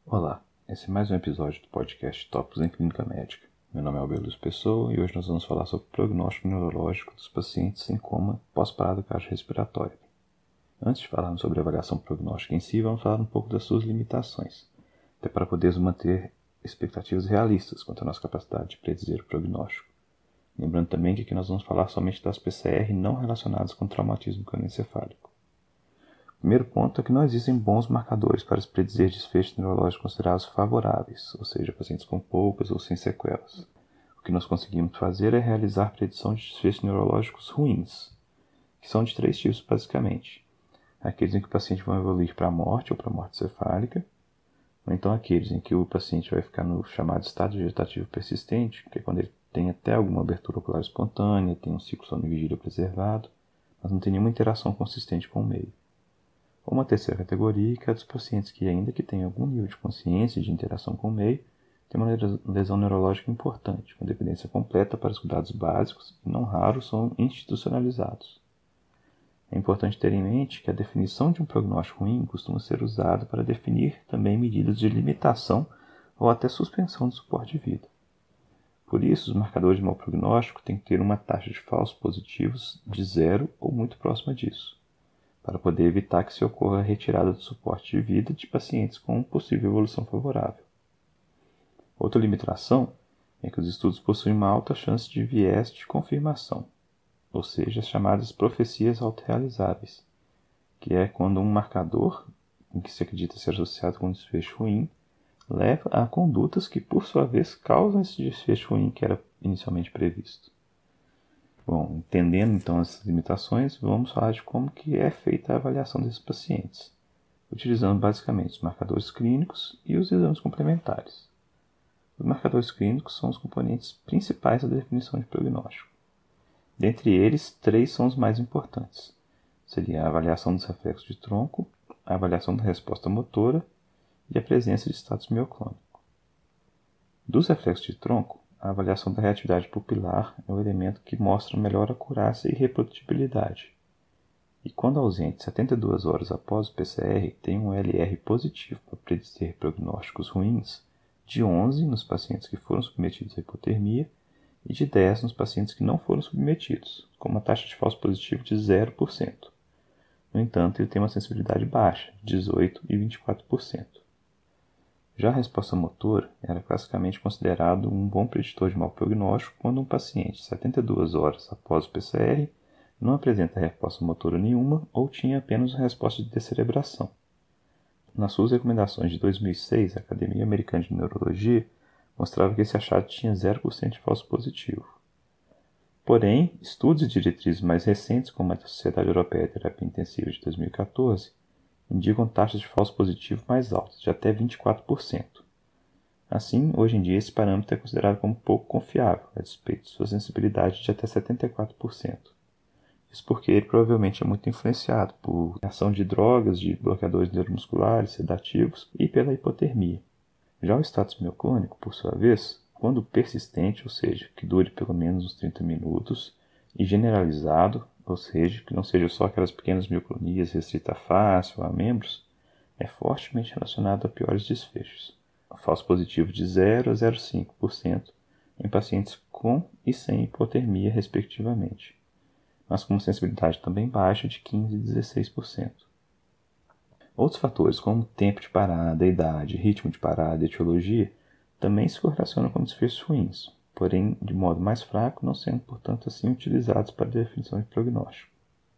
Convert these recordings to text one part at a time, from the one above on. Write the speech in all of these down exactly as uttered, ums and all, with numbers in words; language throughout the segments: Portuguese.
Olá, esse é mais um episódio do podcast Tópicos em Clínica Médica. Meu nome é Albelo Pessoa e hoje nós vamos falar sobre o prognóstico neurológico dos pacientes em coma pós-parada cardiorrespiratória. Antes de falarmos sobre a avaliação prognóstica em si, vamos falar um pouco das suas limitações, até para podermos manter expectativas realistas quanto à nossa capacidade de predizer o prognóstico. Lembrando também que aqui nós vamos falar somente das P C R não relacionadas com traumatismo crânioencefálico. O primeiro ponto é que não existem bons marcadores para se predizer desfechos neurológicos considerados favoráveis, ou seja, pacientes com poucas ou sem sequelas. O que nós conseguimos fazer é realizar predição de desfechos neurológicos ruins, que são de três tipos basicamente. Aqueles em que o paciente vai evoluir para a morte ou para a morte cefálica, ou então aqueles em que o paciente vai ficar no chamado estado vegetativo persistente, que é quando ele tem até alguma abertura ocular espontânea, tem um ciclo sono e vigília preservado, mas não tem nenhuma interação consistente com o meio. Ou uma terceira categoria, que é a dos pacientes que, ainda que tenham algum nível de consciência e de interação com o meio, tem uma lesão neurológica importante, com dependência completa para os cuidados básicos e, não raros, são institucionalizados. É importante ter em mente que a definição de um prognóstico ruim costuma ser usada para definir também medidas de limitação ou até suspensão do suporte de vida. Por isso, os marcadores de mau prognóstico têm que ter uma taxa de falsos positivos de zero ou muito próxima disso, para poder evitar que se ocorra a retirada do suporte de vida de pacientes com possível evolução favorável. Outra limitação é que os estudos possuem uma alta chance de viés de confirmação, ou seja, as chamadas profecias autorrealizáveis, que é quando um marcador, em que se acredita ser associado com um desfecho ruim, leva a condutas que, por sua vez, causam esse desfecho ruim que era inicialmente previsto. Bom, entendendo então essas limitações, vamos falar de como que é feita a avaliação desses pacientes, utilizando basicamente os marcadores clínicos e os exames complementares. Os marcadores clínicos são os componentes principais da definição de prognóstico. Dentre eles, três são os mais importantes. Seria a avaliação dos reflexos de tronco, a avaliação da resposta motora e a presença de status mioclônico. Dos reflexos de tronco, a avaliação da reatividade pupilar é o elemento que mostra melhor acurácia e reprodutibilidade. E quando ausente setenta e duas horas após o P C R, tem um L R positivo para predizer prognósticos ruins de onze nos pacientes que foram submetidos à hipotermia e de dez nos pacientes que não foram submetidos, com uma taxa de falso positivo de zero por cento. No entanto, ele tem uma sensibilidade baixa, de dezoito por cento e vinte e quatro por cento. Já a resposta motora era classicamente considerado um bom preditor de mau prognóstico quando um paciente, setenta e duas horas após o P C R, não apresenta resposta motora nenhuma ou tinha apenas uma resposta de descerebração. Nas suas recomendações de dois mil e seis, a Academia Americana de Neurologia mostrava que esse achado tinha zero por cento de falso positivo. Porém, estudos e diretrizes mais recentes, como a da Sociedade Europeia de Terapia Intensiva de dois mil e quatorze, indicam taxas de falso positivo mais altas, de até vinte e quatro por cento. Assim, hoje em dia, esse parâmetro é considerado como pouco confiável, a despeito de sua sensibilidade de até setenta e quatro por cento. Isso porque ele provavelmente é muito influenciado por ação de drogas, de bloqueadores neuromusculares, sedativos e pela hipotermia. Já o status mioclônico, por sua vez, quando persistente, ou seja, que dure pelo menos uns trinta minutos, e generalizado, ou seja, que não seja só aquelas pequenas mioclonias restrita a face ou a membros, é fortemente relacionado a piores desfechos. Falso positivo de zero a zero vírgula cinco por cento em pacientes com e sem hipotermia, respectivamente, mas com uma sensibilidade também baixa de quinze por cento e dezesseis por cento. Outros fatores, como tempo de parada, idade, ritmo de parada e etiologia, também se correlacionam com desfechos ruins, porém de modo mais fraco, não sendo, portanto, assim utilizados para a definição de prognóstico.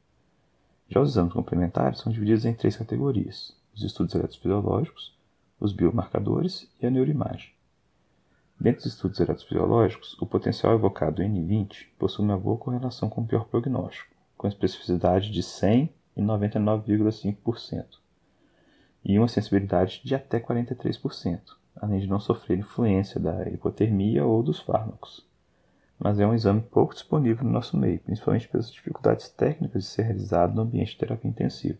Já os exames complementares são divididos em três categorias: os estudos eletrofisiológicos, os biomarcadores e a neuroimagem. Dentre os estudos eletrofisiológicos, o potencial evocado do N vinte possui uma boa correlação com o pior prognóstico, com especificidade de cem por cento e noventa e nove vírgula cinco por cento, e uma sensibilidade de até quarenta e três por cento, além de não sofrer influência da hipotermia ou dos fármacos. Mas é um exame pouco disponível no nosso meio, principalmente pelas dificuldades técnicas de ser realizado no ambiente de terapia intensiva.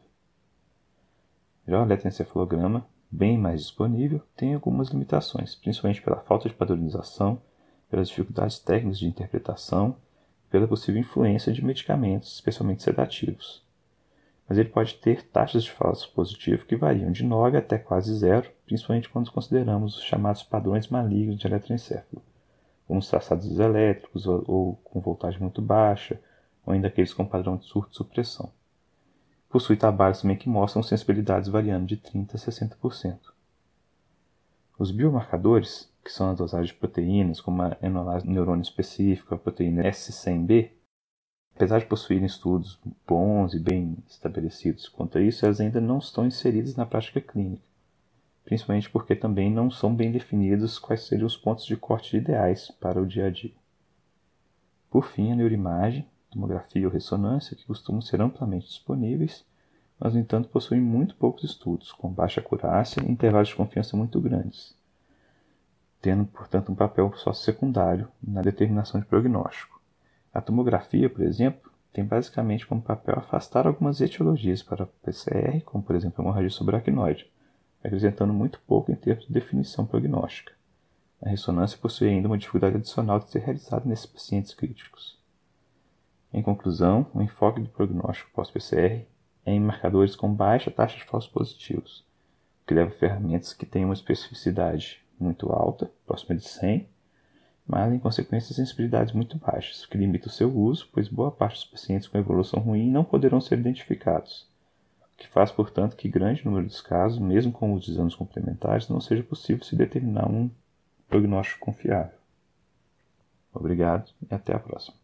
Já o eletroencefalograma, bem mais disponível, tem algumas limitações, principalmente pela falta de padronização, pelas dificuldades técnicas de interpretação e pela possível influência de medicamentos, especialmente sedativos. Mas ele pode ter taxas de falso positivo que variam de nove até quase zero, principalmente quando consideramos os chamados padrões malignos de eletroencefalo, como os traçados elétricos ou, ou com voltagem muito baixa, ou ainda aqueles com padrão de surto-supressão. Possui trabalhos também que mostram sensibilidades variando de trinta por cento a sessenta por cento. Os biomarcadores, que são a dosagem de proteínas, como a enolase neurônio específica, a proteína S cem B, apesar de possuírem estudos bons e bem estabelecidos quanto a isso, elas ainda não estão inseridas na prática clínica, principalmente porque também não são bem definidos quais seriam os pontos de corte ideais para o dia a dia. Por fim, a neuroimagem, tomografia ou ressonância, que costumam ser amplamente disponíveis, mas, no entanto, possuem muito poucos estudos, com baixa acurácia e intervalos de confiança muito grandes, tendo, portanto, um papel só secundário na determinação de prognóstico. A tomografia, por exemplo, tem basicamente como papel afastar algumas etiologias para a P C R, como, por exemplo, a hemorragia subaracnoide, acrescentando muito pouco em termos de definição prognóstica. A ressonância possui ainda uma dificuldade adicional de ser realizada nesses pacientes críticos. Em conclusão, o enfoque do prognóstico pós-P C R é em marcadores com baixa taxa de falsos positivos, o que leva a ferramentas que têm uma especificidade muito alta, próxima de cem, mas em consequência sensibilidades muito baixas, o que limita o seu uso, pois boa parte dos pacientes com evolução ruim não poderão ser identificados, o que faz, portanto, que grande número dos casos, mesmo com os exames complementares, não seja possível se determinar um prognóstico confiável. Obrigado e até a próxima.